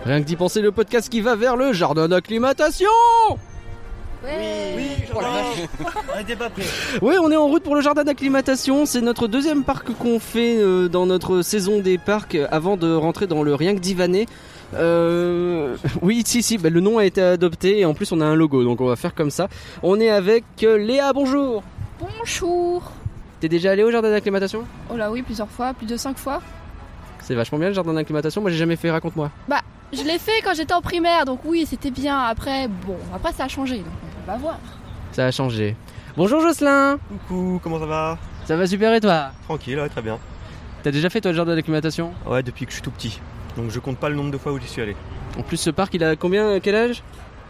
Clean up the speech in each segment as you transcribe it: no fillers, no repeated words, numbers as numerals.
Rien que d'y penser, le podcast qui va vers le jardin d'acclimatation. Oui, Arrêtez pas prêt. Oui, on est en route pour le jardin d'acclimatation. C'est notre deuxième parc qu'on fait dans notre saison des parcs avant de rentrer dans le rien que d'Ivanet. Oui, si, le nom a été adopté et en plus on a un logo, donc on va faire comme ça. On est avec Léa, bonjour. Bonjour. T'es déjà allé au jardin d'acclimatation ? Oh là oui, plusieurs fois, plus de 5 fois. C'est vachement bien le jardin d'acclimatation, moi j'ai jamais fait, raconte-moi. Bah, je l'ai fait quand j'étais en primaire, donc oui, c'était bien. Après ça a changé, donc on va voir. Ça a changé. Bonjour Jocelyn. Coucou, comment ça va ? Ça va super et toi ? Tranquille, ouais, très bien. T'as déjà fait toi le jardin d'acclimatation ? Ouais, depuis que je suis tout petit. Donc je compte pas le nombre de fois où j'y suis allé. En plus ce parc il a combien, quel âge ?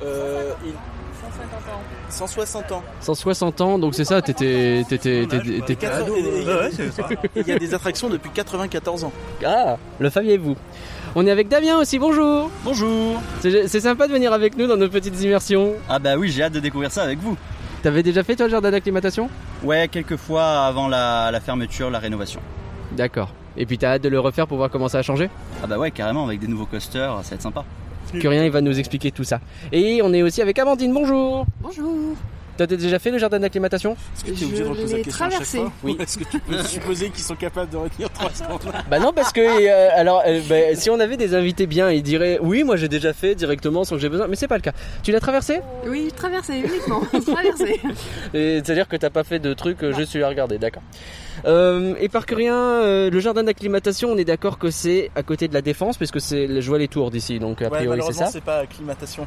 160 ans. 160 ans, donc c'est ça, t'étais ado. Ouais, c'est ça. Il y a des attractions depuis 94 ans. Ah, le saviez-vous ? On est avec Damien aussi, bonjour. Bonjour. C'est sympa de venir avec nous dans nos petites immersions. Ah bah oui, j'ai hâte de découvrir ça avec vous. T'avais déjà fait toi le jardin d'acclimatation ? Ouais, quelques fois avant la fermeture, la rénovation. D'accord. Et puis t'as hâte de le refaire pour voir comment ça a changé ? Ah bah ouais, carrément, avec des nouveaux coasters, ça va être sympa. Curien, il va nous expliquer tout ça. Et on est aussi avec Amandine, bonjour. Bonjour. T'as déjà fait le jardin d'acclimatation ? Est-ce que tu es obligé de reposer la l'ai question à chaque traversé. fois ? Oui. Est-ce que tu peux supposer qu'ils sont capables de retenir 3 secondes ? Bah non, parce que si on avait des invités bien, ils diraient oui, moi j'ai déjà fait directement sans que j'ai besoin, mais c'est pas le cas. Tu l'as traversé ? Oui, traversé uniquement. Traversé. C'est-à-dire que t'as pas fait de trucs je suis à regarder, d'accord. Et par Curien, le jardin d'acclimatation, on est d'accord que c'est à côté de la Défense, parce que je vois les tours d'ici, donc a priori c'est malheureusement, ça. c'est pas acclimatation.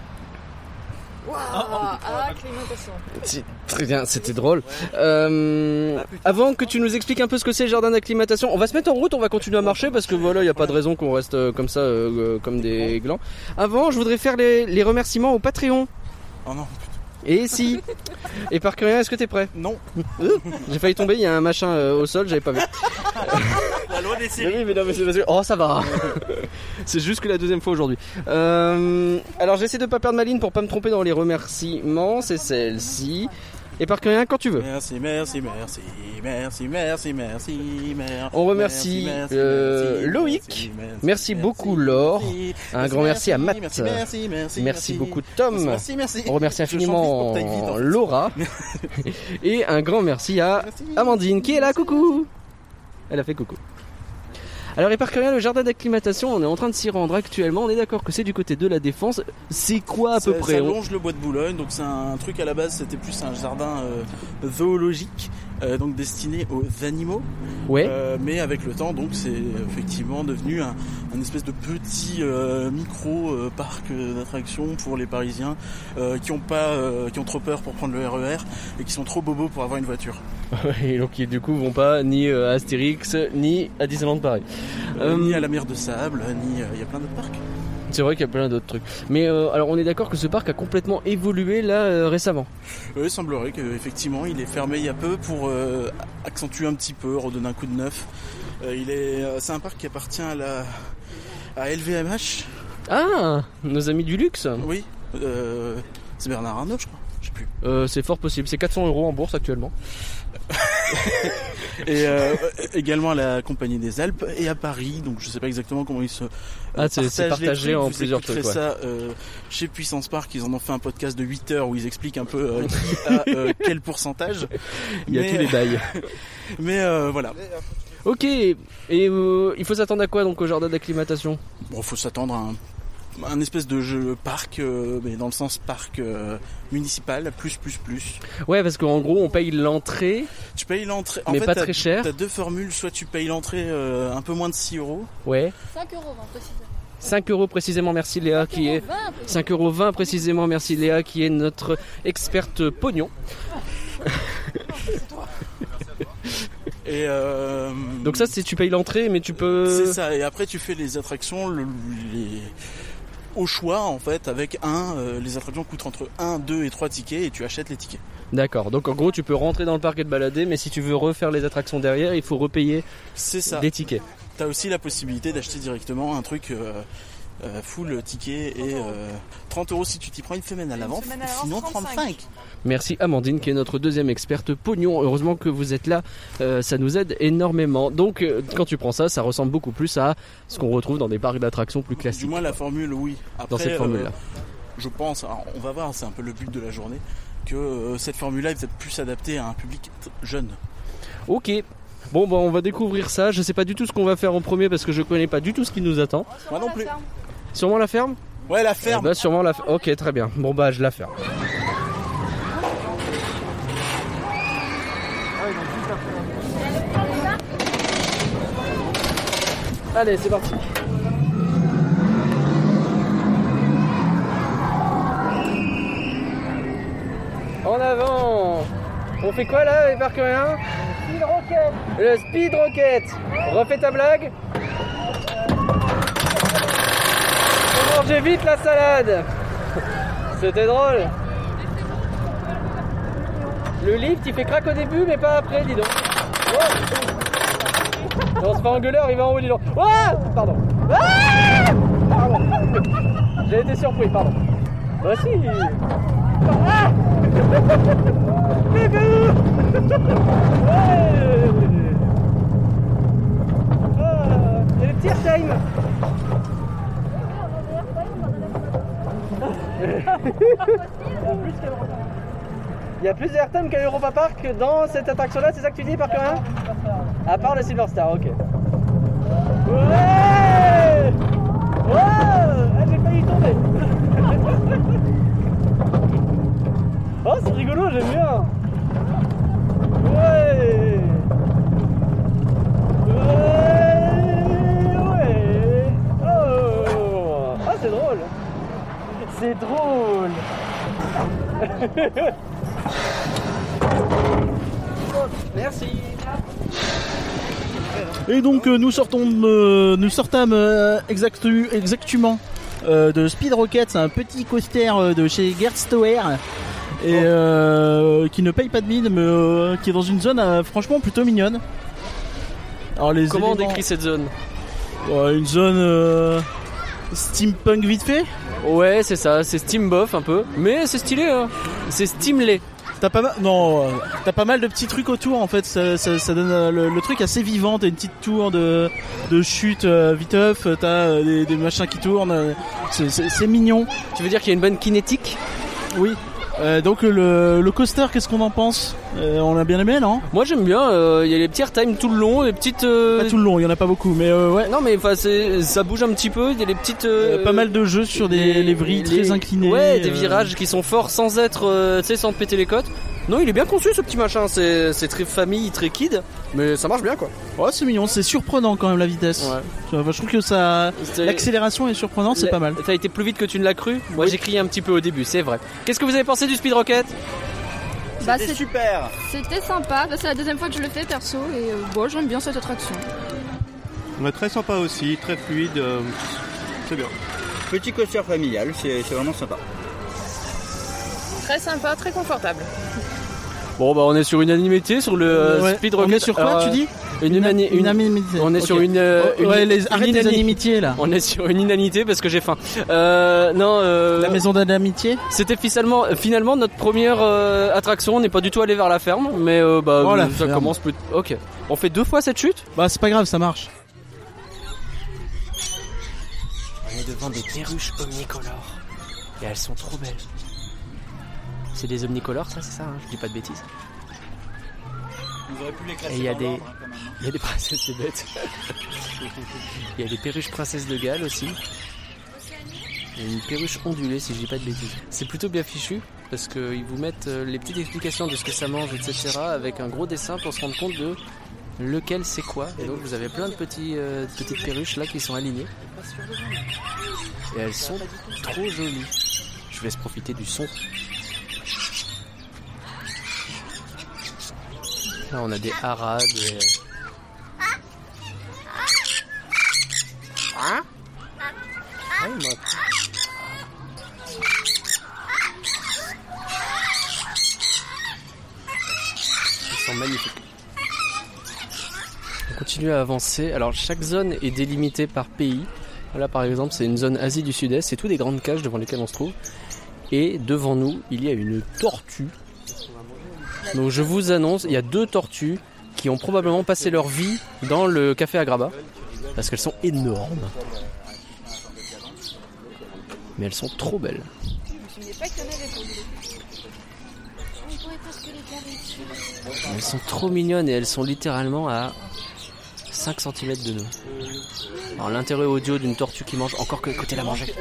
Acclimatation. Très bien, c'était drôle. Avant que tu nous expliques un peu ce que c'est le jardin d'acclimatation, on va se mettre en route, on va continuer à marcher parce que voilà, il n'y a pas de raison qu'on reste comme ça, comme des glands. Avant, je voudrais faire les remerciements au Patreon. Oh non. Et si. Et par Curien, est-ce que t'es prêt ? Non. J'ai failli tomber, il y a un machin au sol, j'avais pas vu. La loi des Mais séries. oui, mais non, mais c'est parce que... Oh, ça va. C'est juste que la deuxième fois aujourd'hui. Alors, j'essaie de pas perdre ma ligne pour pas me tromper dans les remerciements. C'est celle-ci. Et par Curien, quand tu veux. Merci. On remercie Loïc. Merci beaucoup Laure. Un grand merci à Matt. Merci beaucoup Tom. Merci. On remercie Je chante juste pour que t'ailles vite, infiniment en fait. Laura. Et un grand merci à Amandine qui est là. Coucou. Elle a fait coucou. Alors, et par Curien, le jardin d'acclimatation, on est en train de s'y rendre actuellement. On est d'accord que c'est du côté de la Défense. C'est quoi à peu près ? Ça longe le bois de Boulogne, donc c'est un truc à la base, c'était plus un jardin zoologique, donc destiné aux animaux. Ouais. Mais avec le temps, donc c'est effectivement devenu un espèce de petit micro parc d'attractions pour les Parisiens qui ont trop peur pour prendre le RER et qui sont trop bobos pour avoir une voiture. Et donc, qui du coup vont pas ni à Astérix ni à Disneyland Paris. Ni à la mer de sable, ni il y a plein d'autres parcs. C'est vrai qu'il y a plein d'autres trucs. Mais alors on est d'accord que ce parc a complètement évolué là récemment. Il semblerait qu'effectivement il est fermé il y a peu pour accentuer un petit peu, redonner un coup de neuf. C'est un parc qui appartient à LVMH. Ah, nos amis du luxe. Oui, c'est Bernard Arnault je crois, je sais plus. C'est fort possible, c'est 400 € en bourse actuellement. Et également à la Compagnie des Alpes et à Paris, donc je sais pas exactement comment ils se c'est partagé en plusieurs trucs. Ouais. Ça chez Puissance Park, ils en ont fait un podcast de 8 heures où ils expliquent un peu qui a quel pourcentage. Il y a tous les bails. Mais voilà. Ok, et il faut s'attendre à quoi donc au jardin d'acclimatation ? Bon, faut s'attendre à un espèce de jeu parc, mais dans le sens parc municipal, plus. Ouais, parce qu'en gros on paye l'entrée. Tu payes l'entrée, mais pas très cher. T'as deux formules, soit tu payes l'entrée un peu moins de 6 €. Ouais. 5 € précisément. 5 € précisément, merci Léa qui est 5,20 € précisément, merci Léa qui est notre experte pognon. Et donc ça c'est tu payes l'entrée mais tu peux... C'est ça, et après tu fais les attractions au choix en fait, avec les attractions coûtent entre 1, 2 et 3 tickets et tu achètes les tickets. D'accord, donc en gros tu peux rentrer dans le parc et te balader, mais si tu veux refaire les attractions derrière, il faut repayer C'est ça. des tickets. T'as aussi la possibilité d'acheter directement un truc full ticket et 30 € si tu t'y prends une semaine à l'avance, sinon 35. Merci Amandine qui est notre deuxième experte pognon. Heureusement que vous êtes là, ça nous aide énormément. Donc quand tu prends ça, ça ressemble beaucoup plus à ce qu'on retrouve dans des parcs d'attractions plus classiques. Du moins la formule, oui. Après, dans cette formule-là. Je pense, alors, on va voir, c'est un peu le but de la journée, que cette formule-là est peut-être plus adaptée à un public jeune. Ok. Bon, on va découvrir ça. Je sais pas du tout ce qu'on va faire en premier parce que je connais pas du tout ce qui nous attend. Moi non plus. Sûrement la ferme ? Ouais, la ferme. Sûrement la ferme. Ok, très bien. Bon, je la ferme. Allez, c'est parti. En avant. On fait quoi là, les parkeriens ? Speed Rocket. Le Speed Rocket. Refais ta blague. On mangeait vite la salade. C'était drôle. Le lift il fait crack au début mais pas après, dis donc. Oh. On se fait engueuler, arrivé en haut, dis donc. Oh, pardon. Ah, pardon. J'ai été surpris, pardon. Bah si. Ah. Bébé. Ouais. Ah, il y a le petit airtime. Il y a plus d'airtime qu'à Europa Park dans cette attraction-là, c'est ça que tu dis, Parker 1 ? À part le Silver Star, ok. Ouais. Oh, j'ai failli tomber. Oh, c'est rigolo, j'aime bien. Ouais. Ouais. Oh. Ah, c'est drôle. C'est drôle. Merci. Et donc nous sortons exactement de Speed Rocket, c'est un petit coaster de chez Gertz Tower et qui ne paye pas de mine mais qui est dans une zone franchement plutôt mignonne. Alors, comment on décrit cette zone ? Une zone steampunk vite fait. Ouais, c'est ça, c'est steamboff un peu, mais c'est stylé, hein. C'est steamlé. T'as pas mal de petits trucs autour en fait, ça donne le truc assez vivant, t'as une petite tour de chute viteuf, t'as des machins qui tournent, c'est mignon. Tu veux dire qu'il y a une bonne kinétique ? Oui. Donc le coaster, qu'est-ce qu'on en pense ? On l'a bien aimé, non ? Moi j'aime bien, il y a les petits airtime tout le long, les petites... Pas tout le long, il y en a pas beaucoup, mais ouais. Non mais ça bouge un petit peu, il y a les petites... pas mal de jeux sur les vrilles très inclinées. Ouais, des virages qui sont forts sans être, tu sais, sans te péter les côtes. Non, il est bien conçu ce petit machin, c'est très famille, très kid, mais ça marche bien quoi. Ouais, c'est mignon, c'est surprenant quand même la vitesse. Ouais. Je trouve que l'accélération est surprenante, c'est pas mal. Ça a été plus vite que tu ne l'as cru. Moi j'ai crié un petit peu au début, c'est vrai. Qu'est-ce que vous avez pensé du Speed Rocket ? C'était super. C'était sympa, c'est la deuxième fois que je le fais perso et j'aime bien cette attraction. Ouais, très sympa aussi, très fluide, c'est bien. Petit coaster familial, c'est vraiment sympa. Très sympa, très confortable. Bon on est sur une unanimité sur le Speed Rocket. On est sur quoi tu dis ? Une unanimité. On est sur une arrête les inimitiés là. On est sur une unanimité parce que j'ai faim. La maison de l'amitié. C'était finalement notre première attraction. On n'est pas du tout allé vers la ferme, mais ça commence plus. Ok. On fait 2 fois cette chute. Bah c'est pas grave, ça marche. On est devant des perruches omnicolores et elles sont trop belles. C'est des omnicolores, ça, c'est ça, hein, je dis pas de bêtises. Vous aurez pu les classer. Et il y a des princesses, c'est bête. Il y a des perruches princesses de Galles aussi. Il y a une perruche ondulée, si je dis pas de bêtises. C'est plutôt bien fichu parce qu'ils vous mettent les petites explications de ce que ça mange, etc. avec un gros dessin pour se rendre compte de lequel c'est quoi. Et donc vous avez plein de petites perruches là qui sont alignées. Et elles sont trop jolies. Je vous laisse profiter du son. Là, on a des haras, des... Hein ? Ah, il m'a... Ils sont magnifiques. On continue à avancer. Alors, chaque zone est délimitée par pays. Là par exemple c'est une zone Asie du Sud-Est, c'est tout des grandes cages devant lesquelles on se trouve. Et devant nous il y a une tortue. Donc je vous annonce, il y a 2 tortues qui ont probablement passé leur vie dans le café Agrabah. Parce qu'elles sont énormes. Mais elles sont trop belles. Elles sont trop mignonnes et elles sont littéralement à 5 cm de nous. Alors l'intérêt audio d'une tortue qui mange, encore que écoutez la manger.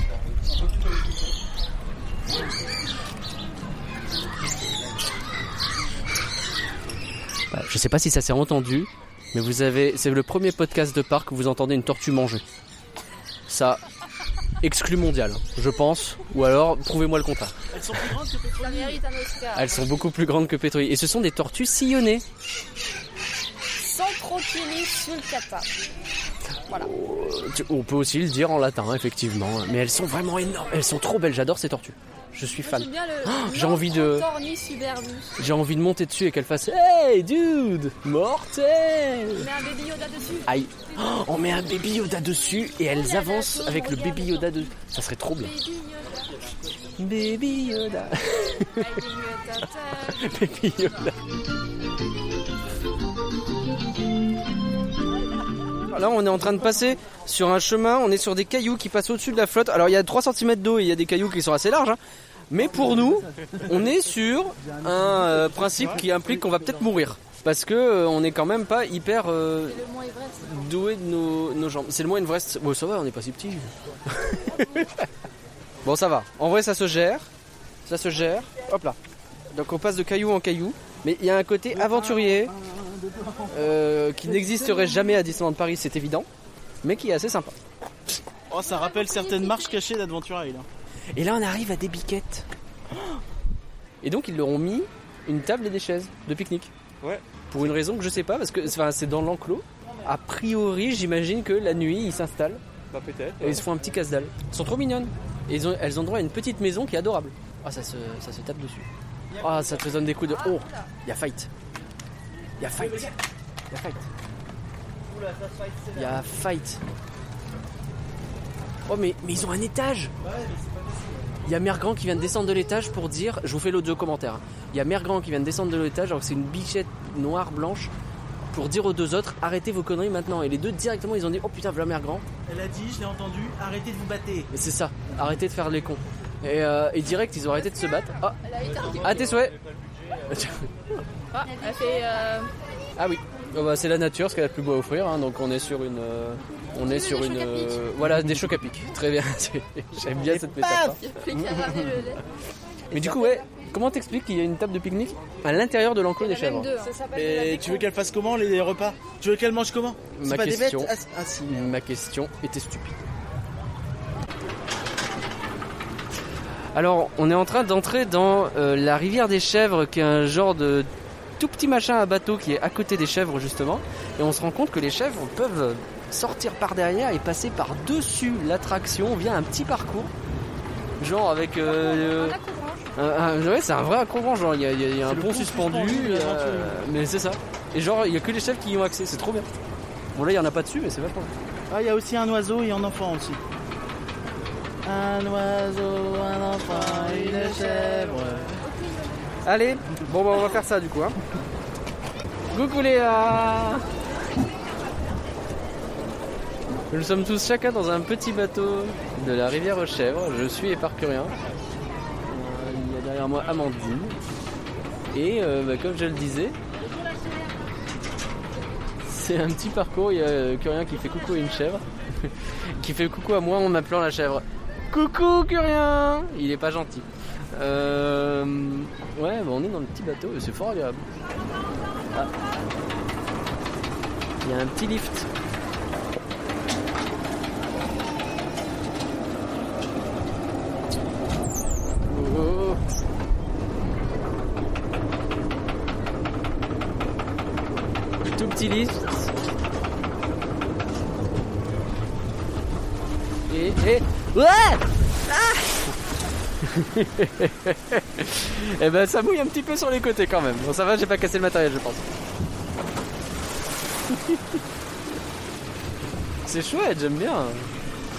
Je sais pas si ça s'est entendu, mais c'est le premier podcast de parc où vous entendez une tortue manger. Ça exclut mondial, je pense, ou alors prouvez-moi le contraire. Elles sont plus grandes que Pétri. Ça mérite un Oscar. Elles sont beaucoup plus grandes que Pétri. Et ce sont des tortues sillonnées. Centrochilis sulcata. Voilà. On peut aussi le dire en latin, effectivement. Mais elles sont vraiment énormes. Elles sont trop belles. J'adore ces tortues. Je suis fan. J'aime bien j'ai envie de monter dessus et qu'elle fasse Hey dude, mortel. On met un baby Yoda dessus. Aïe. On met un baby Yoda dessus et elles avancent avec le baby Yoda dessus. Ça serait trop bien. Baby Yoda. Baby Yoda. Là on est en train de passer sur un chemin, on est sur des cailloux qui passent au-dessus de la flotte. Alors il y a 3 cm d'eau et il y a des cailloux qui sont assez larges, hein. Mais pour nous, on est sur un principe qui implique qu'on va peut-être mourir. Parce que on est quand même pas hyper doué de nos jambes. C'est le Mont Everest. Bon ça va, on n'est pas si petit. Bon ça va, en vrai ça se gère. Hop là. Donc on passe de caillou en caillou. Mais il y a un côté aventurier qui n'existerait jamais à Disneyland Paris, c'est évident, mais qui est assez sympa. Oh, ça rappelle certaines marches cachées d'Adventure Isle. Et là on arrive à des biquettes. Et donc ils leur ont mis une table et des chaises de pique-nique. Ouais. Pour une raison que je sais pas, parce que c'est dans l'enclos. A priori j'imagine que la nuit ils s'installent. Bah peut-être. Et ils se font un petit casse-dalle. Elles sont trop mignonnes. Et elles ont droit à une petite maison qui est adorable. Ah ça se tape dessus. Ah ça te donne des coups de... Oh, il y a fight. Il y a fight. Oh mais ils ont un étage. Il y a Mère Grand qui vient de descendre de l'étage pour dire... Je vous fais l'audio commentaire. Il y a Mère Grand qui vient de descendre de l'étage alors que c'est une bichette noire blanche pour dire aux 2 autres arrêtez vos conneries maintenant. Et les 2 directement ils ont dit oh putain voilà Mère Grand. Elle a dit, je l'ai entendu, arrêtez de vous battre. Et c'est ça, arrêtez de faire les cons. Et direct ils ont arrêté de se battre. Ah tes souhaits. Elle fait Ah oui, c'est la nature, ce qu'elle a de plus beau à offrir, hein, donc on est sur une... voilà, des chocs à pic. Très bien, j'aime bien cette métaphore. Mais du coup, ouais, comment t'expliques qu'il y a une table de pique-nique à l'intérieur de l'enclos des chèvres? Et tu veux qu'elle fasse comment les repas? Tu veux qu'elle mange comment? C'est pas des bêtes? Si. Ma question était stupide. Alors, on est en train d'entrer dans la rivière des chèvres, qui est un genre de tout petit machin à bateau qui est à côté des chèvres justement, et on se rend compte que les chèvres peuvent sortir par derrière et passer par dessus l'attraction via un petit parcours, genre avec ouais, c'est un vrai accrobranche, genre il y a un pont suspendu, mais c'est ça, et genre il y a que les chèvres qui y ont accès, c'est trop bien. Bon là il y en a pas dessus mais c'est vachement bien. Ah il y a aussi un oiseau et un enfant aussi. Un oiseau, un enfant, une chèvre. Allez, bon bah on va faire ça du coup hein. Coucou Léa. Nous sommes tous chacun dans un petit bateau de la rivière aux chèvres. Je suis éparcurien. Il y a derrière moi Amandine. Et comme je le disais, c'est un petit parcours. Il y a Curien qui fait coucou à une chèvre. Qui fait coucou à moi en m'appelant la chèvre. Coucou Curien. Il est pas gentil. Ouais, on est dans le petit bateau et c'est fort agréable. Ah. Il y a un petit lift. Oh. Tout petit lift. Et ouais. Et ben ça mouille un petit peu sur les côtés quand même. Bon ça va, j'ai pas cassé le matériel je pense. C'est chouette, j'aime bien.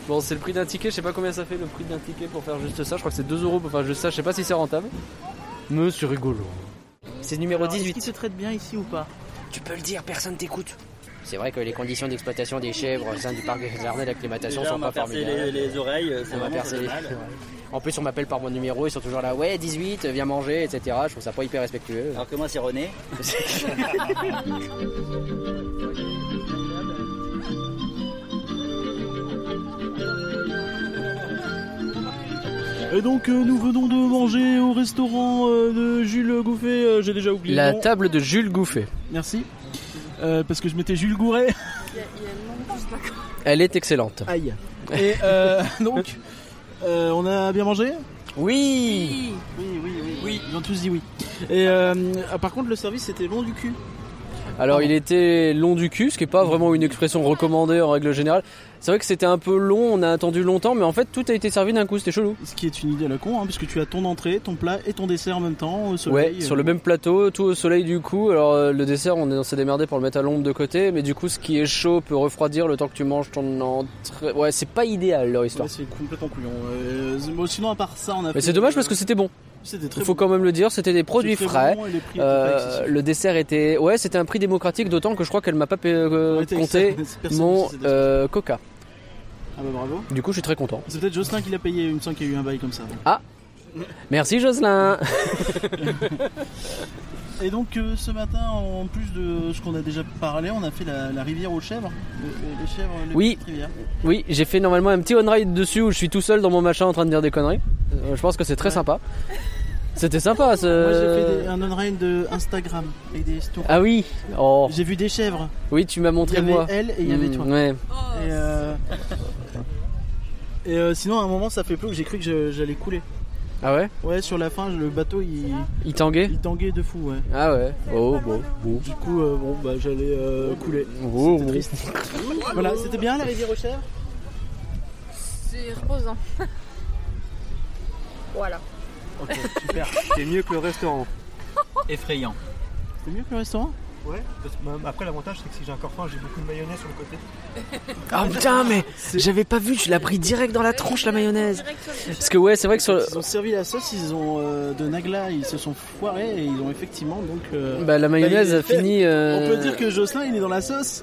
Bon, c'est le prix d'un ticket, je sais pas combien ça fait le prix d'un ticket pour faire juste ça. Je crois que c'est 2 € pour faire juste ça, je sais pas si c'est rentable. Mais c'est rigolo. C'est numéro 18. Est-ce qu'ils se traitent bien ici ou pas? Tu peux le dire, personne t'écoute. C'est vrai que les conditions d'exploitation des chèvres au sein du parc des jardins d'acclimatation sont pas formidables. Les oreilles, On m'a percé les... En plus, on m'appelle par mon numéro, ils sont toujours là, ouais, 18, viens manger, etc. Je trouve ça pas hyper respectueux. Alors que moi, c'est René. Et donc nous venons de manger au restaurant de Jules Gouffet, j'ai déjà oublié La le nom. table de Jules Gouffet. Merci. Parce que je m'étais Jules Gouret. Elle est excellente. Aïe. Et donc, on a bien mangé? Oui. Oui. Ils ont tous dit oui. Et par contre, le service était long du cul. Alors il était long du cul, ce qui n'est pas vraiment une expression recommandée en règle générale. C'est vrai que c'était un peu long, on a attendu longtemps, mais en fait tout a été servi d'un coup, c'était chelou. Ce qui est une idée à la con, puisque tu as ton entrée, ton plat et ton dessert en même temps au soleil. Ouais, sur le même plateau, tout au soleil du coup. Alors le dessert, on s'est démerdé pour le mettre à l'ombre de côté, mais du coup ce qui est chaud peut refroidir le temps que tu manges ton entrée. Ouais, c'est pas idéal leur histoire. Ouais, c'est complètement couillon. Bon, sinon à part ça, on a. Mais c'est dommage parce que c'était bon. C'était très Il faut bon. quand même le dire, c'était des produits C'est très frais. bon et les prix étaient pas excessifs. Le dessert était, ouais, c'était un prix démocratique, d'autant que je crois qu'elle m'a pas Ouais, compté personne mon ne sait des- Coca. Ah bah bravo. Du coup, je suis très content. C'est peut-être Jocelyn qui l'a payé, il me semble qu'il y a eu un bail comme ça. donc. Merci Jocelyn. Et donc ce matin, en plus de ce qu'on a déjà parlé, on a fait la rivière aux chèvres. Les chèvres, les Oui. petites rivières. Oui, j'ai fait normalement un petit on-ride dessus où je suis tout seul dans mon machin en train de dire des conneries. Je pense que c'est très sympa. C'était sympa. Moi j'ai fait un on-ride de Instagram avec des stories. Ah oui. Oh. J'ai vu des chèvres. Oui, tu m'as Il y montré avait moi. elle et il y avait toi. Ouais. Et sinon à un moment ça fait peu que j'ai cru que j'allais couler. Ah ouais. Ouais, sur la fin le bateau Il tanguait. il tanguait de fou, ouais. Ah ouais. Oh bon. Du coup bon bah j'allais couler. Oh, C'était bon. triste. Voilà, c'était bien la rivière aux chèvres. C'est reposant. Voilà. Ok, super. C'est mieux que le restaurant. Effrayant. C'était mieux que le restaurant. Ouais, après l'avantage c'est que si j'ai encore faim, j'ai beaucoup de mayonnaise sur le côté. Oh putain, mais j'avais pas vu, tu l'as pris direct dans la tronche la mayonnaise. Parce que ouais, c'est vrai que sur Ils ont servi la sauce, ils ont de Nagla, ils se sont foirés et ils ont effectivement donc. bah, la mayonnaise il est a fait. fini. On peut dire que Jocelyn il est dans la sauce.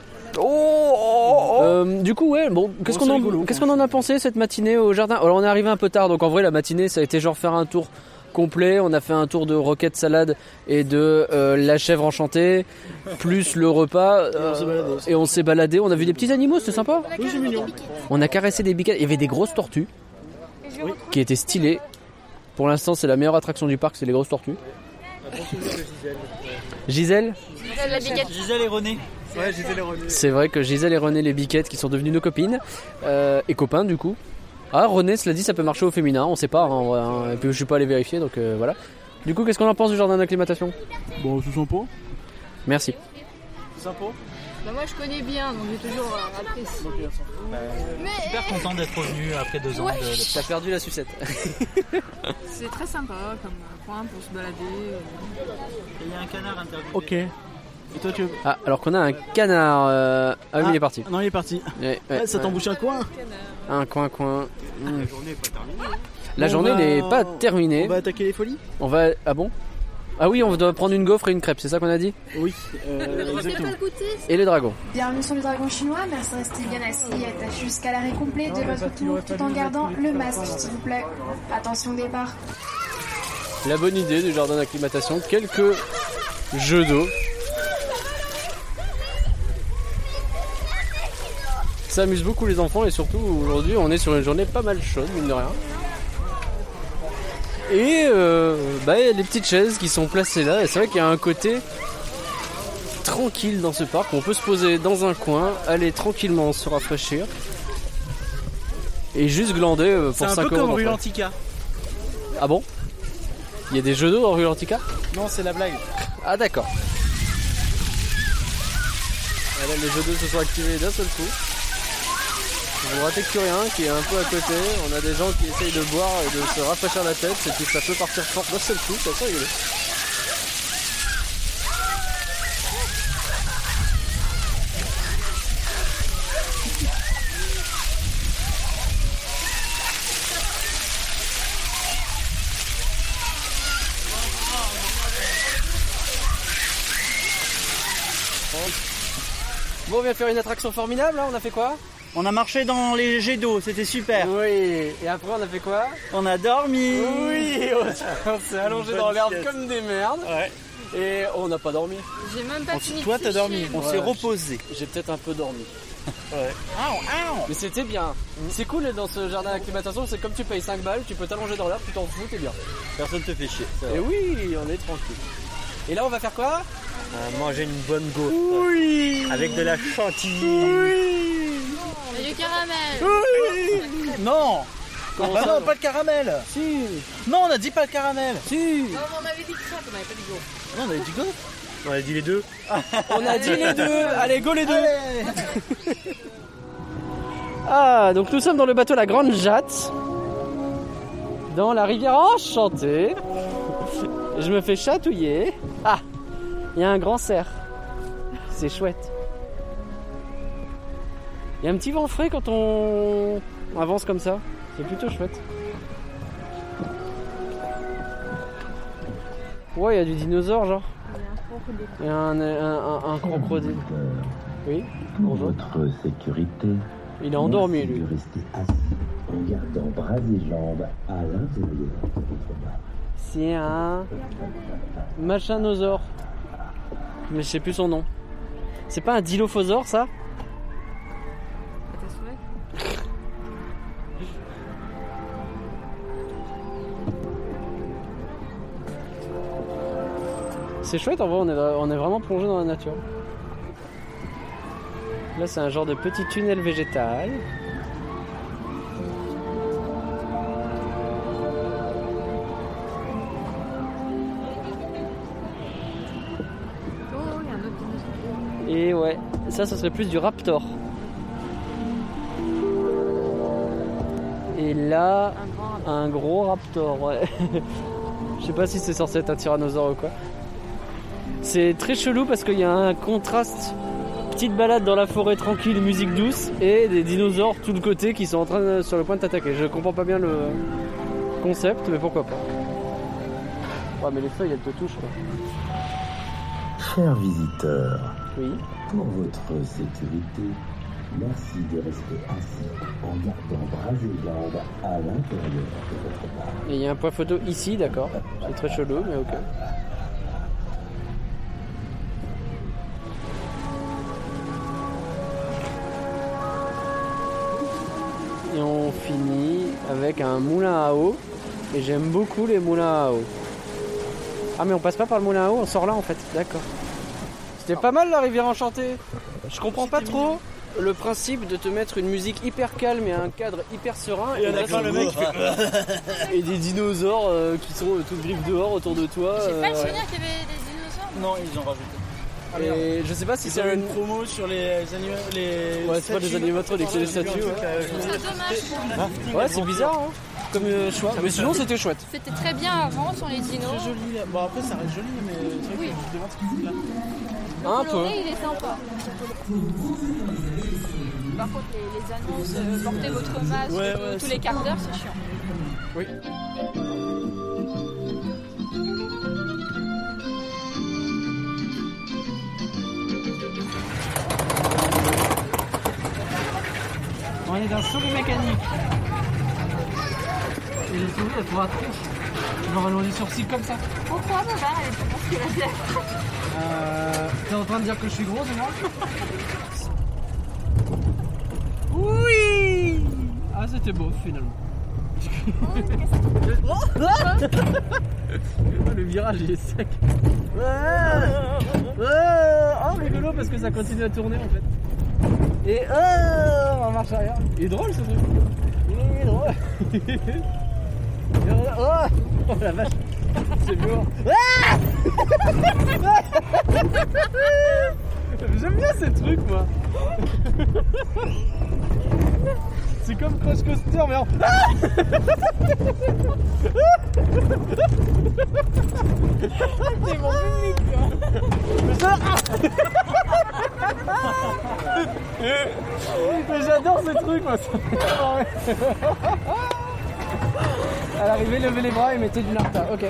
Du coup, ouais, bon, qu'est-ce Bon, c'est rigolo, qu'on en a pensé cette matinée au jardin? Alors, on est arrivé un peu tard, donc en vrai, la matinée, ça a été genre faire un tour complet. On a fait un tour de roquette salade et de la chèvre enchantée, plus le repas. on s'est baladé aussi. Et on s'est baladé. On a vu des petits animaux, c'était sympa. Oui, c'est mignon. On a caressé des biquettes. Il y avait des grosses tortues qui étaient stylées. Pour l'instant, c'est la meilleure attraction du parc, c'est les grosses tortues. Gisèle? La biquette. Gisèle et René. Ouais, j'étais les René. C'est vrai que Gisèle et René les biquettes qui sont devenues nos copines et copains du coup. Ah, René, cela dit, ça peut marcher au féminin, on sait pas, en vrai, hein. Et puis je suis pas allé vérifier, donc voilà. Du coup, qu'est-ce qu'on en pense du jardin d'acclimatation? Bon, c'est sympa. Merci. Sympa. Bah moi je connais bien, donc j'ai toujours apprécié. Super content d'être revenu après 2 ans. Ouais. T'as perdu la sucette. C'est très sympa comme coin pour se balader. Il y a un canard interdit. Ok. Et toi tu. Ah, alors qu'on a un canard. Ah oui, il est parti. Non, il est parti. Ouais, Ouais, ça t'embouche un coin. Un coin. La journée est pas terminée. La On journée va- n'est pas terminée. On va attaquer les folies. On va. Ah bon? Ah oui, on doit prendre une gaufre et une crêpe, c'est ça qu'on a dit? Oui, exactement. Et les dragons. Bienvenue sur le dragon chinois, merci de rester bien assis et attaché jusqu'à l'arrêt complet de votre tour tout en gardant le masque s'il vous plaît. Attention départ. La bonne idée du jardin d'acclimatation, quelques jeux d'eau. Ça amuse beaucoup les enfants et surtout aujourd'hui on est sur une journée pas mal chaude, mine de rien. Et bah, il y a des petites chaises qui sont placées là et c'est vrai qu'il y a un côté tranquille dans ce parc. On peut se poser dans un coin, aller tranquillement se rafraîchir et juste glander C'est pour un 5 peu euros. comme Rue d'entrée. Lantica. Ah bon? Il y a des jeux d'eau dans Rue Lantica? Non, c'est la blague. Ah d'accord. Voilà, les jeux d'eau se sont activés d'un seul coup. Vous ratez que rien qui est un peu à côté. On a des gens qui essayent de boire et de se rafraîchir la tête. Et puis ça peut partir fort d'un seul coup. C'est assez rigolo. Bon, on vient de faire une attraction formidable, hein. On a fait quoi? On a marché dans les jets d'eau, c'était super. Oui, et après on a fait quoi? On a dormi. Oui, on s'est allongé dans l'herbe comme des merdes. Ouais. Et on n'a pas dormi. J'ai même pas fini. Toi, de t'as sécher. dormi. On s'est reposé. J'ai peut-être un peu dormi. Ouais. Mais c'était bien. C'est cool dans ce jardin d'acclimatation, c'est comme tu payes 5 balles, tu peux t'allonger dans l'herbe, tu t'en fous, t'es bien. Personne te fait chier. Et oui, on est tranquille. Et là on va faire quoi? Manger une bonne gaufre. Oui. Avec de la chantilly. Oui. Et du caramel. Oui. Non. Comment Bah ça, non, non pas le caramel. Si. Non, on a dit pas le caramel. Si. Non, on avait dit ça, on avait pas dit go. Non, on avait dit go. On a dit les deux. On a dit les deux. Allez, go les deux. Allez. Ah, donc nous sommes dans le bateau La Grande Jatte, dans la rivière Enchantée. Je me fais chatouiller. Ah, il y a un grand cerf. C'est chouette. Il y a un petit vent frais quand on avance comme ça. C'est plutôt chouette. Ouais, il y a du dinosaure, genre. Il y a un crocodile. Oui, Pour bonjour. votre sécurité, Il est endormi, merci lui. de rester assis en gardant bras et jambes à l'intérieur de votre barque. C'est un machinosaure. Mais je sais plus son nom. C'est pas un dilophosaure, ça? C'est chouette, en vrai, on est vraiment plongé dans la nature. Là, c'est un genre de petit tunnel végétal. Oh, il y a un autre dinosaure. Et ouais, ça serait plus du raptor. Et là, un gros raptor, ouais. Je sais pas si c'est censé être un tyrannosaure ou quoi. C'est très chelou parce qu'il y a un contraste. Petite balade dans la forêt tranquille, musique douce, et des dinosaures tout le côté qui sont en train sur le point de t'attaquer. Je comprends pas bien le concept, mais pourquoi pas. Ouais, mais les feuilles, elles te touchent, quoi. Chers visiteurs, Oui. pour votre sécurité, merci de rester assis en gardant bras et jambes à l'intérieur de votre barque. Et il y a un point photo ici, d'accord. C'est très chelou, mais ok. Et on finit avec un moulin à eau. Et j'aime beaucoup les moulins à eau. Ah, mais on passe pas par le moulin à eau, on sort là en fait. D'accord. C'était pas mal la rivière enchantée. Je comprends pas trop le principe de te mettre une musique hyper calme et un cadre hyper serein. Et là, le mec. et des dinosaures qui sont toutes griffes dehors autour de toi. J'ai pas le ouais. souvenir qu'il y avait des dinosaures. Non, ils ont rajouté. Et je sais pas si Ils c'est ont une une promo sur les animaux. Ouais, c'est pas des animatroniques, c'est des statues. Ouais, C'est dommage. ouais, c'est bizarre, hein, comme choix. Mais sinon, c'était chouette. C'était très bien avant sur les dinos. Très joli là. Bon, après, ça reste joli, mais c'est vrai que je demande ce qu'ils font là. Un peu. Coloré, il est sympa. Par contre, les annonces, portez votre masque Ouais, ouais, tous les quarts d'heure, c'est chiant. Oui. On est dans le souris mécanique. Et les souris, elles pourraient trop. Genre, elles ont des sourcils comme ça. Pourquoi ma mère, elle est plus musculaire? T'es en train de dire que je suis gros, c'est moi? Oui. Ah, c'était beau, finalement. Le virage, il est sec. Oh, rigolo, parce que ça continue à tourner, en fait. Et en marche arrière. Il est drôle, ce truc. Il est drôle. Oh la vache. C'est violent. J'aime bien ces trucs, moi. C'est comme Crash Coaster, mais en... C'est mon public, quoi. Mais j'adore ces trucs, moi. À l'arrivée, levez les bras et mettez du narta. Ok.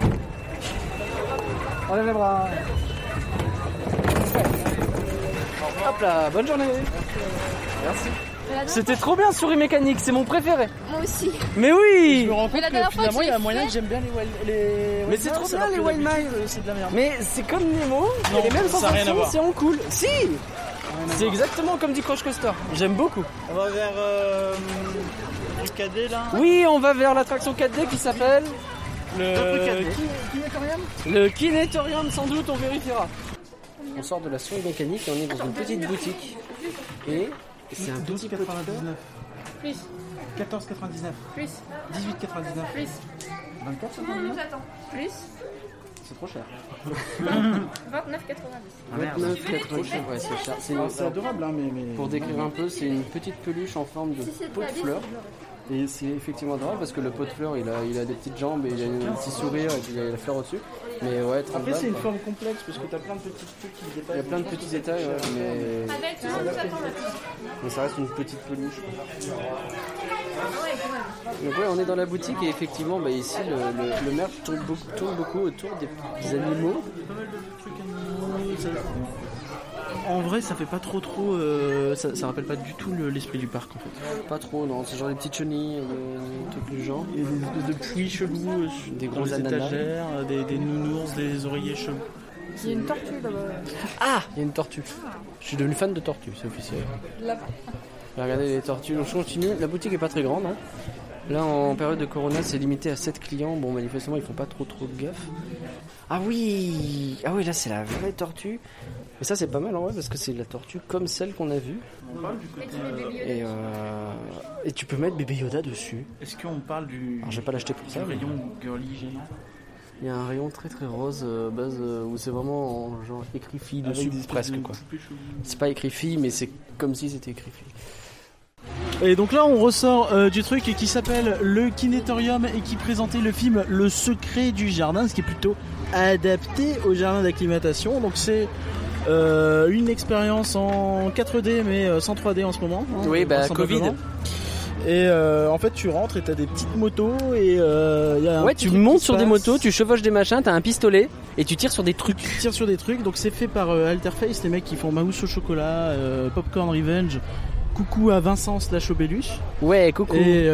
Enlève les bras. Hop là, bonne journée. Merci. C'était trop bien, souris mécanique, c'est mon préféré. Moi aussi. Mais oui. Je me rends compte Mais la que dernière fois finalement que il y a j'ai moyen fait- que j'aime bien les Mais c'est trop bien les Wild Mile. C'est de la merde. Mais c'est comme Nemo, il y a Non, les mêmes ça a rien à sensations, voir. c'est en cool. Si. C'est exactement comme du Crush Coaster. J'aime beaucoup. On va vers du cadet là. Oui, on va vers l'attraction 4D qui s'appelle le Kinétorium, sans doute, on vérifiera. On sort de la souris mécanique et on est dans une petite boutique. Et c'est un petit peu de Plus. 14,99. Plus. 18,99. Plus. 24,99. J'attends. Plus. C'est trop cher. 29,90. 29,90, ouais, c'est cher. C'est adorable, hein, mais. Pour décrire un peu, c'est une petite peluche en forme de pot de fleurs. Et c'est effectivement adorable parce que le pot de fleurs, il a des petites jambes et il a un petit sourire et puis il a la fleur au-dessus. Mais ouais, 30 Après, balles, c'est une quoi. forme complexe parce que t'as plein de petits trucs qui dépassent. Il y a plein de petits détails, ouais, mais J'attends. ça reste une petite peluche. Donc ouais, on est dans la boutique et effectivement, bah, ici, le merch tourne beaucoup autour des petits animaux. En vrai, ça fait pas trop. Ça rappelle pas du tout l'esprit du parc en fait. Pas trop, non, c'est genre des petites chenilles, des trucs du genre. Et des espèces de puits chelous, Des dans gros les ananas. étagères, des nounours, des oreillers chelous. Il y a une tortue là-bas. Ah, il y a une tortue. Je suis devenu fan de tortues, c'est officiel. Là-bas. Regardez les tortues, donc je continue. La boutique est pas très grande, hein. Là, en période de Corona, c'est limité à 7 clients. Bon, manifestement, ils font pas trop de gaffe. Ah oui, là, c'est la vraie tortue. Mais ça, c'est pas mal en vrai, parce que c'est la tortue comme celle qu'on a vue. Et tu peux mettre bébé Yoda dessus. Est-ce qu'on parle du. Alors, je vais pas l'acheter pour ça. mais rayon girly gênant? Il y a un rayon très très rose, base, où c'est vraiment genre écrit fille Avec dessus, des espèces presque de quoi. poupées cheloues. C'est pas écrit fille, mais c'est comme si c'était écrit fille. Et donc là, on ressort du truc qui s'appelle le Kinétorium et qui présentait le film Le Secret du Jardin, ce qui est plutôt adapté au jardin d'acclimatation. Donc c'est une expérience en 4D mais sans 3D en ce moment. Hein, Oui, bah Covid. Et en fait, tu rentres et t'as des petites motos et y a un Ouais, petit tu truc montes qui sur se des passe. motos, tu chevauches des machins, t'as un pistolet et tu tires sur des trucs. Tu tires sur des trucs. Donc c'est fait par Alterface, les mecs qui font Mouse au chocolat, Popcorn Revenge. Coucou à Vincent / Obélus. Ouais, coucou. Et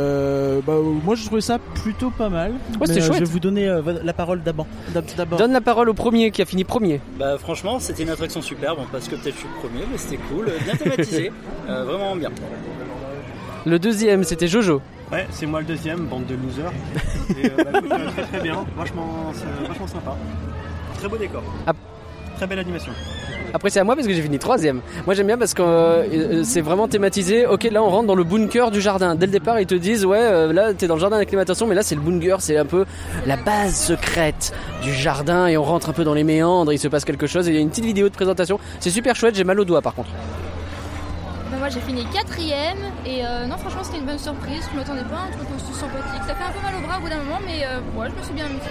moi je trouvais ça plutôt pas mal. Ouais, c'était Mais, chouette. Je vais vous donner la parole d'abord. Donne la parole au premier qui a fini premier. Bah franchement c'était une attraction superbe, parce que peut-être je suis le premier, mais c'était cool, bien thématisé, vraiment bien. Le deuxième, c'était Jojo. Ouais, c'est moi le deuxième, bande de losers. Et, écoute, très bien, vachement sympa. Très beau décor. Ah. Très belle animation. Après c'est à moi parce que j'ai fini troisième. Moi j'aime bien parce que c'est vraiment thématisé. Ok, là on rentre dans le bunker du jardin. Dès le départ ils te disent ouais là t'es dans le jardin d'acclimatation, mais là c'est le bunker, c'est un peu la base secrète du jardin et on rentre un peu dans les méandres, il se passe quelque chose et il y a une petite vidéo de présentation. C'est super chouette, j'ai mal aux doigts par contre. Ben moi j'ai fini 4ème et non franchement c'était une bonne surprise, je m'attendais pas à un truc aussi sympathique. Ça fait un peu mal au bras au bout d'un moment mais ouais je me suis bien amusée.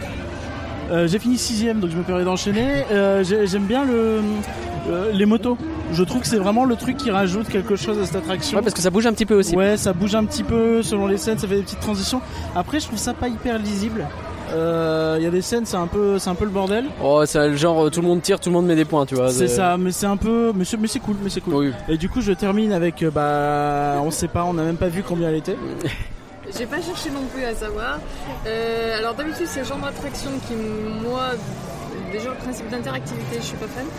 J'ai fini 6ème, donc je me permets d'enchaîner. J'aime bien les motos. Je trouve que c'est vraiment le truc qui rajoute quelque chose à cette attraction. Ouais, parce que ça bouge un petit peu aussi. Ouais, ça bouge un petit peu selon les scènes, ça fait des petites transitions. Après, je trouve ça pas hyper lisible. Il y a des scènes, c'est un peu le bordel. Oh, c'est le genre tout le monde tire, tout le monde met des points, tu vois. C'est ça, mais c'est un peu, mais c'est cool, Oui. Et du coup, je termine avec, on sait pas, on n'a même pas vu combien elle était. J'ai pas cherché non plus à savoir. Alors d'habitude c'est le genre d'attraction qui moi, déjà le principe d'interactivité je suis pas fan.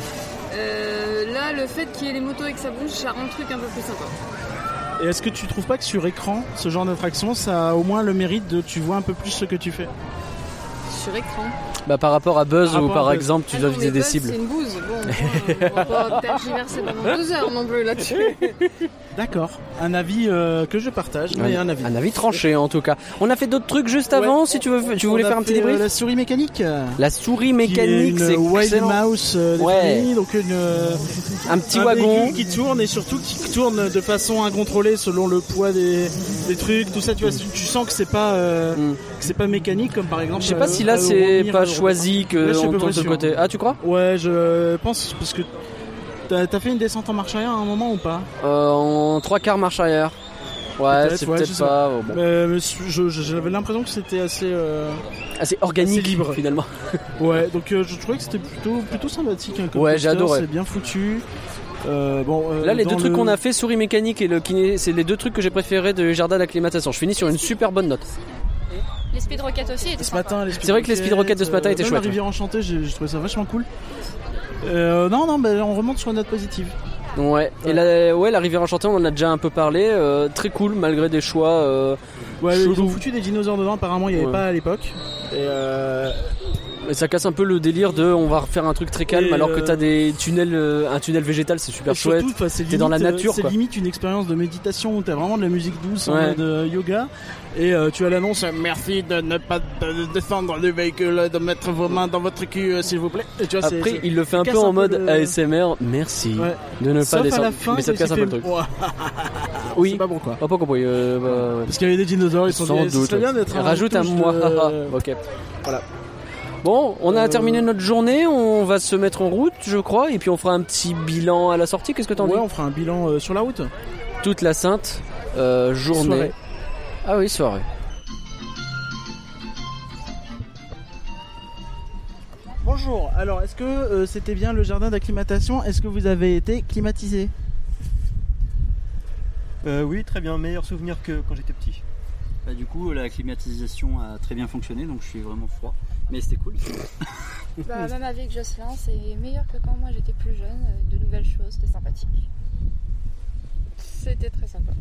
Là le fait qu'il y ait les motos et que ça bouge ça rend le truc un peu plus sympa. Et est-ce que tu trouves pas que sur écran, ce genre d'attraction, ça a au moins le mérite de tu vois un peu plus ce que tu fais? Sur écran. Bah par rapport à Buzz Par ou rapport à par Buzz. exemple tu Ah dois non, viser mais des Buzz, cibles. C'est une bouse. Bon, on va pas tergiverser pendant 2 heures non plus là-dessus. D'accord, un avis que je partage, mais un avis. Un avis tranché en tout cas. On a fait d'autres trucs juste avant, si tu voulais On a faire un petit fait, débrief. la souris mécanique. La souris Qui mécanique, est c'est une Wild excellent. Mouse des Ouais. familles, donc Un petit un wagon. véhicule qui tourne et surtout qui tourne de façon incontrôlée selon le poids des trucs, tout ça. Tu vois, tu sens que c'est pas que c'est pas mécanique comme par exemple. Je sais pas si là c'est pas choisi que Là, je suis on peu tourne de sûr. côté. Ah tu crois? Ouais, je pense parce que t'as fait une descente en marche arrière à un moment ou pas? En 3/4 marche arrière. Ouais, Peut-être, c'est ouais, je peut-être sais pas. Bon. Mais j'avais l'impression que c'était assez Assez organique assez libre. finalement. ouais, donc je trouvais que c'était plutôt sympathique. Hein, comme Ouais, j'ai coaster, adoré. C'est bien foutu. Là, les deux trucs qu'on a fait, souris mécanique et le kiné, c'est les deux trucs que j'ai préférés de jardin d'acclimatation. Je finis sur une super bonne note. Les speed rockets aussi étaient sympas. C'est vrai que les speed rockets de ce matin étaient chouettes. La rivière enchantée, j'ai trouvé ça vachement cool. On remonte sur une note positive. Ouais. Et la rivière enchantée, on en a déjà un peu parlé. Très cool malgré des choix. Ils ont foutu des dinosaures dedans. Apparemment, il n'y avait pas à l'époque. Et ça casse un peu le délire de on va refaire un truc très calme alors que t'as des tunnels, un tunnel végétal, c'est super chouette. T'es dans la nature. C'est limite une expérience de méditation où t'as vraiment de la musique douce en mode yoga. Et tu as l'annonce merci de ne pas descendre du véhicule, de mettre vos mains dans votre cul s'il vous plaît. Et tu vois, après il le fait un peu en mode ASMR, merci de ne pas descendre. Mais ça te casse un peu le truc. Oui. Je sais pas pourquoi. Pas compris. Parce qu'il y avait des dinosaures, ils sont sans doute. C'est bien d'être rajoute un moi. Ok. Voilà. Bon, on a terminé notre journée, on va se mettre en route, je crois, et puis on fera un petit bilan à la sortie. Qu'est-ce que t'en dis ? Ouais, on fera un bilan sur la route. Toute la sainte journée. Soirée. Ah oui, soirée. Bonjour, alors est-ce que c'était bien le jardin d'acclimatation ? Est-ce que vous avez été climatisé ? Oui, très bien, meilleur souvenir que quand j'étais petit. Bah, du coup, la climatisation a très bien fonctionné, donc je suis vraiment froid. Mais c'était cool. Même avec Jocelyn, c'est meilleur que quand moi j'étais plus jeune. De nouvelles choses, c'était sympathique. C'était très sympa.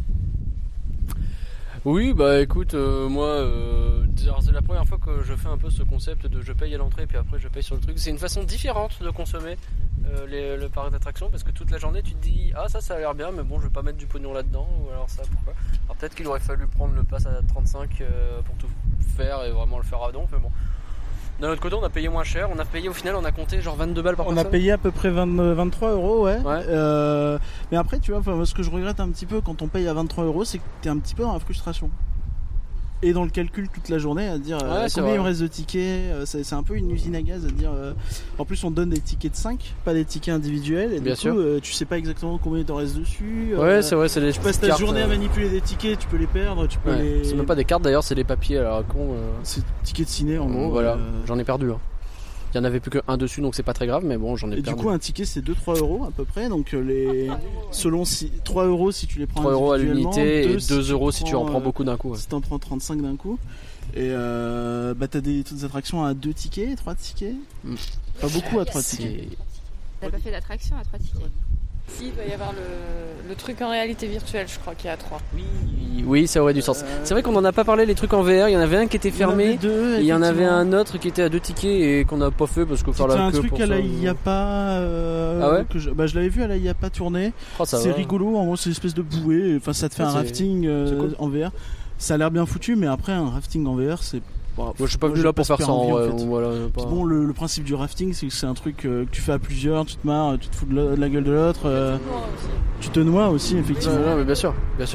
Oui, bah écoute, moi, c'est la première fois que je fais un peu ce concept de je paye à l'entrée puis après je paye sur le truc. C'est une façon différente de consommer le parc d'attractions parce que toute la journée tu te dis ah ça a l'air bien mais bon je vais pas mettre du pognon là-dedans ou alors ça pourquoi. Alors peut-être qu'il aurait fallu prendre le pass à 35 pour tout faire et vraiment le faire à don, mais bon. D'un autre côté, on a payé moins cher. On a payé au final, on a compté genre 22 balles par personne. On a payé à peu près 23 €, ouais. Mais après, tu vois, ce que je regrette un petit peu quand on paye à 23 €, c'est que t'es un petit peu dans la frustration. Et dans le calcul toute la journée, à dire combien il me reste de tickets, c'est un peu une usine à gaz à dire. En plus, on donne des tickets de 5, pas des tickets individuels. Et bien du coup, tu sais pas exactement combien il t'en reste dessus. Ouais, c'est vrai, c'est des tu passes ta cartes, journée à manipuler des tickets, tu peux les perdre, tu peux les. C'est même pas des cartes d'ailleurs, c'est des papiers à la con. C'est tickets de ciné en gros. Voilà, j'en ai perdu. Il y en avait plus qu'un dessus, donc c'est pas très grave, mais bon, j'en ai perdu. Et du coup, un ticket c'est 2-3 € à peu près, donc selon 3 € si tu les prends 3 € à l'unité et 2 si € si tu en prends beaucoup d'un coup. Si t'en prends 35 d'un coup. Et t'as des attractions à 2 tickets, 3 tickets. Pas beaucoup à 3 tickets. T'as pas fait d'attraction à 3 tickets. Si, il va y avoir le truc en réalité virtuelle, je crois qu'il y a 3. Oui, ça aurait du sens. C'est vrai qu'on en a pas parlé, les trucs en VR. Il y en avait un qui était fermé. Il y en avait un autre qui était à 2 tickets et qu'on n'a pas fait parce que faire la queue. C'est un truc à la IAPA. Ah ouais je l'avais vu à la IAPA tourner. C'est rigolo. En gros, c'est une espèce de bouée. Enfin, ça te fait un rafting cool. En VR. Ça a l'air bien foutu, mais après, un rafting en VR, c'est. Moi, je suis pas venu là pour faire ça en fait. Voilà, bon, le principe du rafting, c'est que c'est un truc que tu fais à plusieurs, tu te marres, tu te fous de la gueule de l'autre. Tu te noies aussi, effectivement. Non, mais bien sûr.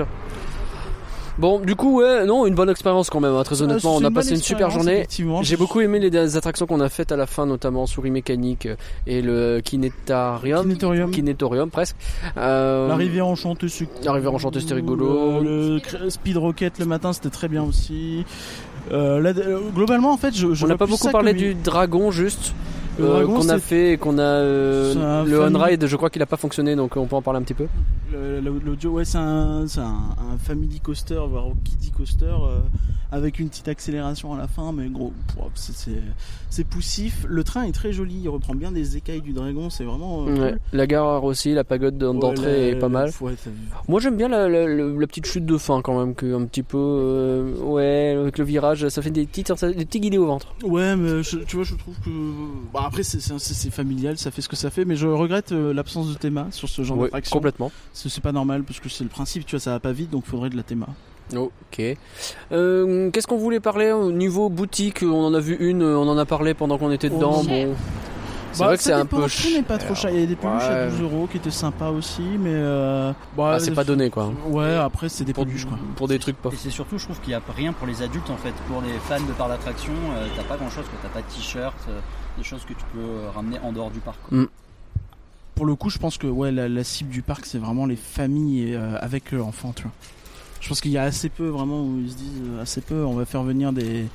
Bon, du coup, une bonne expérience quand même, très honnêtement. On a passé une super journée. J'ai beaucoup aimé les attractions qu'on a faites à la fin, notamment Souris Mécanique et le Kinétorium, presque. La rivière enchantée, c'était rigolo. Le Speed Rocket le matin, c'était très bien aussi. Globalement, en fait, on n'a pas beaucoup parlé du dragon, juste. Qu'on a fait et qu'on a le on-ride, je crois qu'il a pas fonctionné, donc on peut en parler un petit peu. L'audio, c'est un family coaster, voire kiddie coaster, avec une petite accélération à la fin, mais gros, c'est poussif. Le train est très joli, il reprend bien des écailles du dragon, c'est vraiment cool. La gare aussi, la pagode d'entrée est pas mal. Moi j'aime bien la petite chute de fin quand même, un petit peu, avec le virage, ça fait des petits guillis au ventre. Ouais, mais tu vois, je trouve que après c'est familial, ça fait ce que ça fait, mais je regrette l'absence de théma sur ce genre d'attraction. Complètement. C'est pas normal parce que c'est le principe, tu vois, ça va pas vite, donc faudrait de la théma. Ok. Qu'est-ce qu'on voulait parler au niveau boutique? On en a vu une, on en a parlé pendant qu'on était dedans. Bon. C'est vrai que c'est un peu cher. Pas trop cher. Il y a des peluches à 12 € qui étaient sympas aussi, mais c'est pas donné quoi. Ouais, après c'est des peluches quoi. Pour des trucs pas. Et c'est surtout, je trouve qu'il y a rien pour les adultes en fait. Pour les fans de parcs d'attraction, t'as pas grand chose, t'as pas de t-shirt, des choses que tu peux ramener en dehors du parc. Pour le coup, je pense que la cible du parc, c'est vraiment les familles avec enfants, tu vois. Je pense qu'il y a assez peu vraiment où ils se disent assez peu, on va faire venir des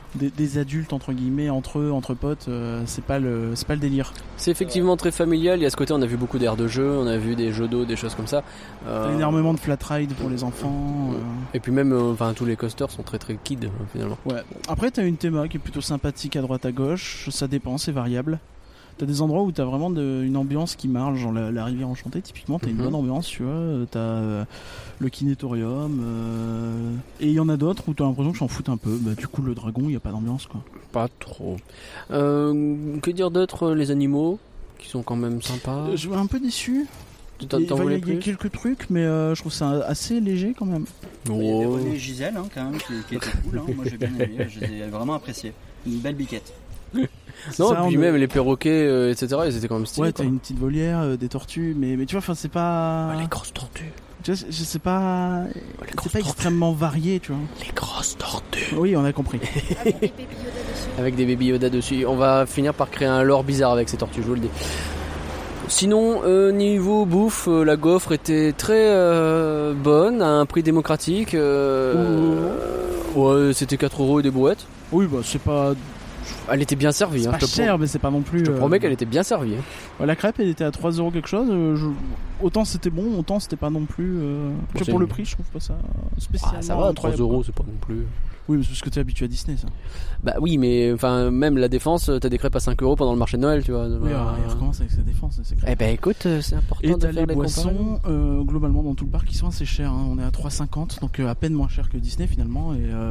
des adultes entre guillemets entre eux, entre potes, c'est pas le délire. C'est effectivement très familial. Il y a ce côté, on a vu beaucoup d'aires de jeu, on a vu des jeux d'eau, des choses comme ça. T'as énormément de flat ride pour les enfants. Et puis même, tous les coasters sont très très kids finalement. Ouais. Après t'as une théma qui est plutôt sympathique à droite à gauche. Ça dépend, c'est variable. T'as des endroits où t'as vraiment une ambiance qui marche, genre la rivière enchantée typiquement, t'as une bonne ambiance, tu vois, t'as le kinétorium, et il y en a d'autres où t'as l'impression que s'en foutent un peu. Bah, du coup le dragon, il y a pas d'ambiance quoi. Pas trop. Que dire d'autre, les animaux qui sont quand même sympas. Je suis un peu déçu. Il y a quelques trucs, mais je trouve ça assez léger quand même. Il y a des relais Gisèle quand même qui étaient cool, moi j'ai bien aimé, je les ai vraiment appréciés. Une belle biquette. Non, ça, et puis même les perroquets, etc., ils étaient quand même stylés. Ouais, t'as une petite volière, des tortues, mais tu vois, enfin, c'est pas. Ouais, les grosses tortues. Tu vois, je sais pas. C'est pas extrêmement varié, tu vois. Les grosses tortues. Oui, on a compris. Avec des Baby Yoda dessus. On va finir par créer un lore bizarre avec ces tortues, je vous le dis. Sinon, niveau bouffe, la gaufre était très bonne, à un prix démocratique. Ouais, c'était 4€ et des brouettes. Oui, bah c'est pas. Elle était bien servie. C'est pas cher, mais c'est pas non plus. Je te promets qu'elle était bien servie. Ouais, la crêpe, elle était à 3€ quelque chose. Autant c'était bon, autant c'était pas non plus. Pour le prix, je trouve pas ça spécialement. Ah, ça va, 3€, c'est pas non plus. Oui, mais c'est parce que t'es habitué à Disney, ça. Bah oui, mais enfin, même la Défense, t'as des crêpes à 5€ pendant le marché de Noël, tu vois. Oui, il recommence avec sa Défense, c'est crêpes. Eh ben écoute, c'est important et de faire les boissons, globalement, dans tout le parc, qui sont assez chers. Hein. On est à 3,50, donc à peine moins cher que Disney finalement.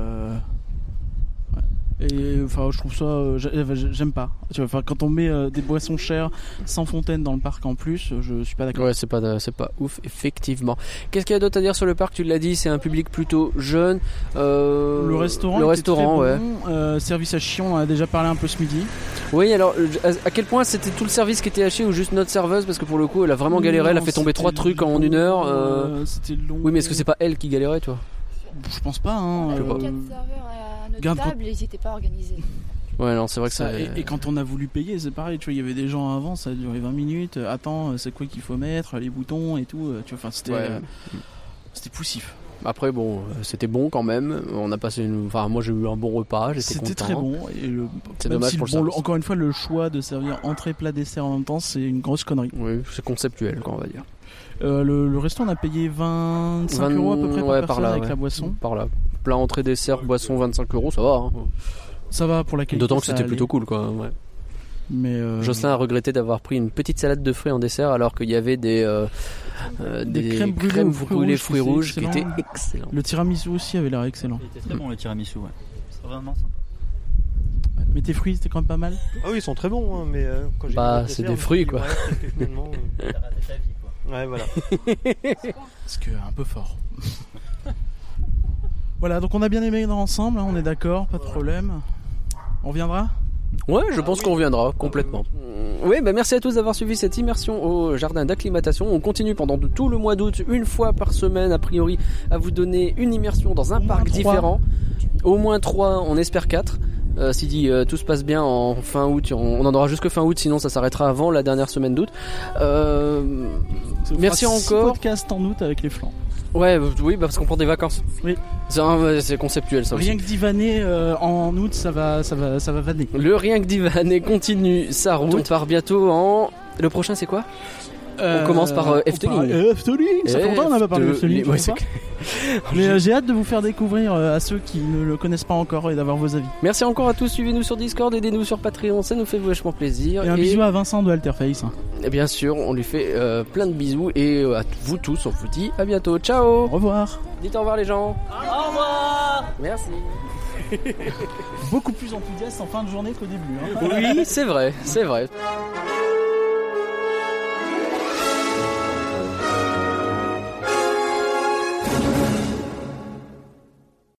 Et enfin, je trouve ça, j'aime pas. Tu vois, enfin, quand on met des boissons chères sans fontaine dans le parc en plus, je suis pas d'accord. Ouais, c'est pas ouf, effectivement. Qu'est-ce qu'il y a d'autre à dire sur le parc? Tu l'as dit, c'est un public plutôt jeune. Le restaurant, ouais. Bon. Service à chiant, on en a déjà parlé un peu ce midi. Oui, alors à quel point c'était tout le service qui était haché ou juste notre serveuse? Parce que pour le coup, elle a vraiment galéré. Elle a fait tomber 3 trucs en 1 heure. C'était long. Oui, mais est-ce que c'est pas elle qui galérait, toi? Je pense pas. Hein. 4 serveurs à notre table, ils n'étaient pas organisés. Ouais, non, c'est vrai que ça. Et quand on a voulu payer, c'est pareil. Tu vois, il y avait des gens avant, ça a duré 20 minutes. Attends, c'est quoi qu'il faut mettre, les boutons et tout. Tu vois, enfin, c'était poussif. Après, bon, c'était bon quand même. On a passé moi, j'ai eu un bon repas. J'étais content. C'était très bon. Et c'est dommage si pour le encore une fois, le choix de servir entrée, plat, dessert en même temps, c'est une grosse connerie. Oui, c'est conceptuel, quoi, on va dire. Le resto, on a payé 25€ à peu près par personne avec la boisson. Par là. Plat, entrée, dessert, boisson, 25€, ça va. Hein. Ça va pour la qualité. D'autant que c'était plutôt cool, quoi. Ouais. Mais Jocelyn a regretté d'avoir pris une petite salade de fruits en dessert alors qu'il y avait des crèmes brûlées fruits rouges qui étaient excellents. Le tiramisu aussi avait l'air excellent. Il était très bon le tiramisu, ouais. C'est vraiment sympa. Mais tes fruits c'était quand même pas mal. Ah oui, ils sont très bons, hein, mais quand j'ai c'est des fruits quoi. Finalement, t'as raté ta vie quoi. Ouais, voilà. Parce que un peu fort. Voilà, donc on a bien aimé dans l'ensemble, hein, on est d'accord, pas de problème. On reviendra ? Ouais, je pense qu'on reviendra complètement. Oui, merci à tous d'avoir suivi cette immersion au jardin d'acclimatation. On continue pendant tout le mois d'août, une fois par semaine a priori, à vous donner une immersion dans un parc différent. Au moins 3, on espère 4. Si tout se passe bien en fin août, on en aura jusque fin août, sinon ça s'arrêtera avant la dernière semaine d'août. Merci encore. Podcast en août avec les flancs. Ouais, oui, parce qu'on prend des vacances. Oui. C'est conceptuel ça aussi. Rien que d'y vanner en août, ça va vanner. Le rien que d'y vanner continue sa route. On part bientôt le prochain c'est quoi? On commence par Efteling. Efteling, ça fait longtemps qu'on n'a pas parlé d'Efteling. Ouais, mais j'ai hâte de vous faire découvrir à ceux qui ne le connaissent pas encore et d'avoir vos avis. Merci encore à tous, suivez-nous sur Discord, aidez-nous sur Patreon, ça nous fait vachement plaisir. Et un bisou à Vincent de Alterface. Et bien sûr, on lui fait plein de bisous et à vous tous, on vous dit à bientôt. Ciao. Au revoir. Dites au revoir les gens. Au revoir. Merci. Beaucoup plus enthousiaste en fin de journée qu'au début. Hein. Oui, c'est vrai.